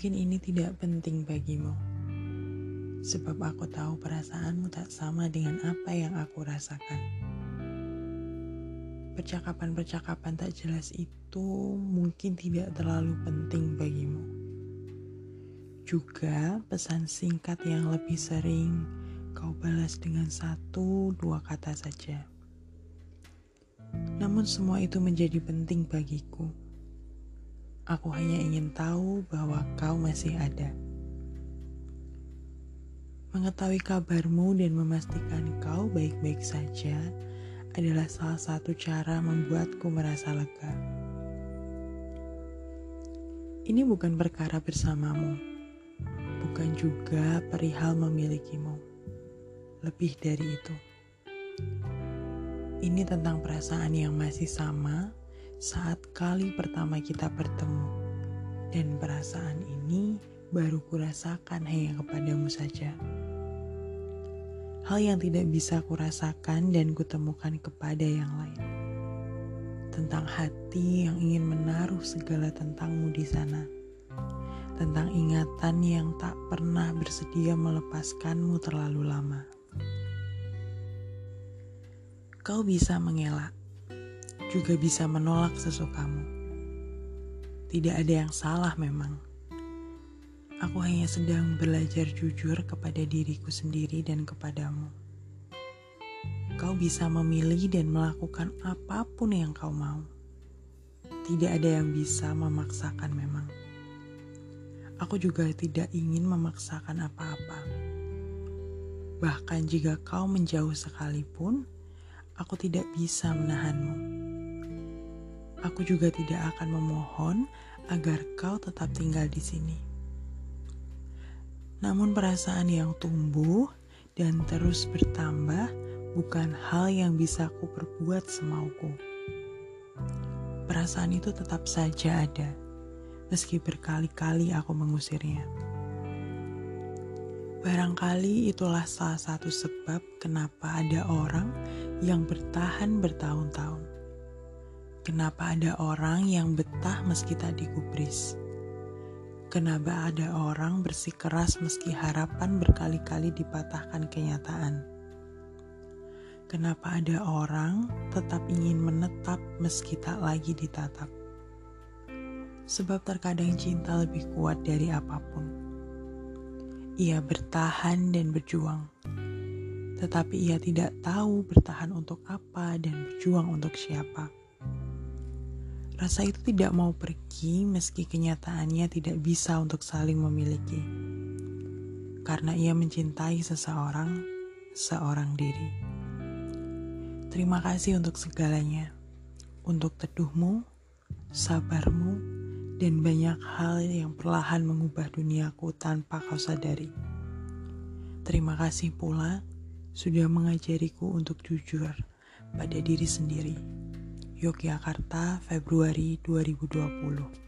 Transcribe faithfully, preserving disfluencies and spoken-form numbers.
Mungkin ini tidak penting bagimu, sebab aku tahu perasaanmu tak sama dengan apa yang aku rasakan. Percakapan-percakapan tak jelas itu mungkin tidak terlalu penting bagimu. Juga pesan singkat yang lebih sering kau balas dengan satu dua kata saja. Namun semua itu menjadi penting bagiku. Aku hanya ingin tahu bahwa kau masih ada. Mengetahui kabarmu dan memastikan kau baik-baik saja adalah salah satu cara membuatku merasa lega. Ini bukan perkara bersamamu, bukan juga perihal memilikimu. Lebih dari itu, ini tentang perasaan yang masih sama saat kali pertama kita bertemu, dan perasaan ini baru kurasakan hanya kepadamu saja. Hal yang tidak bisa kurasakan dan kutemukan kepada yang lain. Tentang hati yang ingin menaruh segala tentangmu di sana. Tentang ingatan yang tak pernah bersedia melepaskanmu terlalu lama. Kau bisa mengelak, juga bisa menolak sesukamu. Tidak ada yang salah memang. Aku hanya sedang belajar jujur kepada diriku sendiri dan kepadamu. Kau bisa memilih dan melakukan apapun yang kau mau. Tidak ada yang bisa memaksakan memang. Aku juga tidak ingin memaksakan apa-apa. Bahkan jika kau menjauh sekalipun, aku tidak bisa menahanmu. Aku juga tidak akan memohon agar kau tetap tinggal di sini. Namun perasaan yang tumbuh dan terus bertambah bukan hal yang bisa ku perbuat semauku. Perasaan itu tetap saja ada, meski berkali-kali aku mengusirnya. Barangkali itulah salah satu sebab kenapa ada orang yang bertahan bertahun-tahun. Kenapa ada orang yang betah meski tak digubris. Kenapa ada orang bersikeras meski harapan berkali-kali dipatahkan kenyataan. Kenapa ada orang tetap ingin menetap meski tak lagi ditatap. Sebab terkadang cinta lebih kuat dari apapun. Ia bertahan dan berjuang. Tetapi ia tidak tahu bertahan untuk apa dan berjuang untuk siapa. Rasa itu tidak mau pergi meski kenyataannya tidak bisa untuk saling memiliki. Karena ia mencintai seseorang, seorang diri. Terima kasih untuk segalanya. Untuk teduhmu, sabarmu, dan banyak hal yang perlahan mengubah duniaku tanpa kau sadari. Terima kasih pula sudah mengajariku untuk jujur pada diri sendiri. Yogyakarta, Februari dua ribu dua puluh.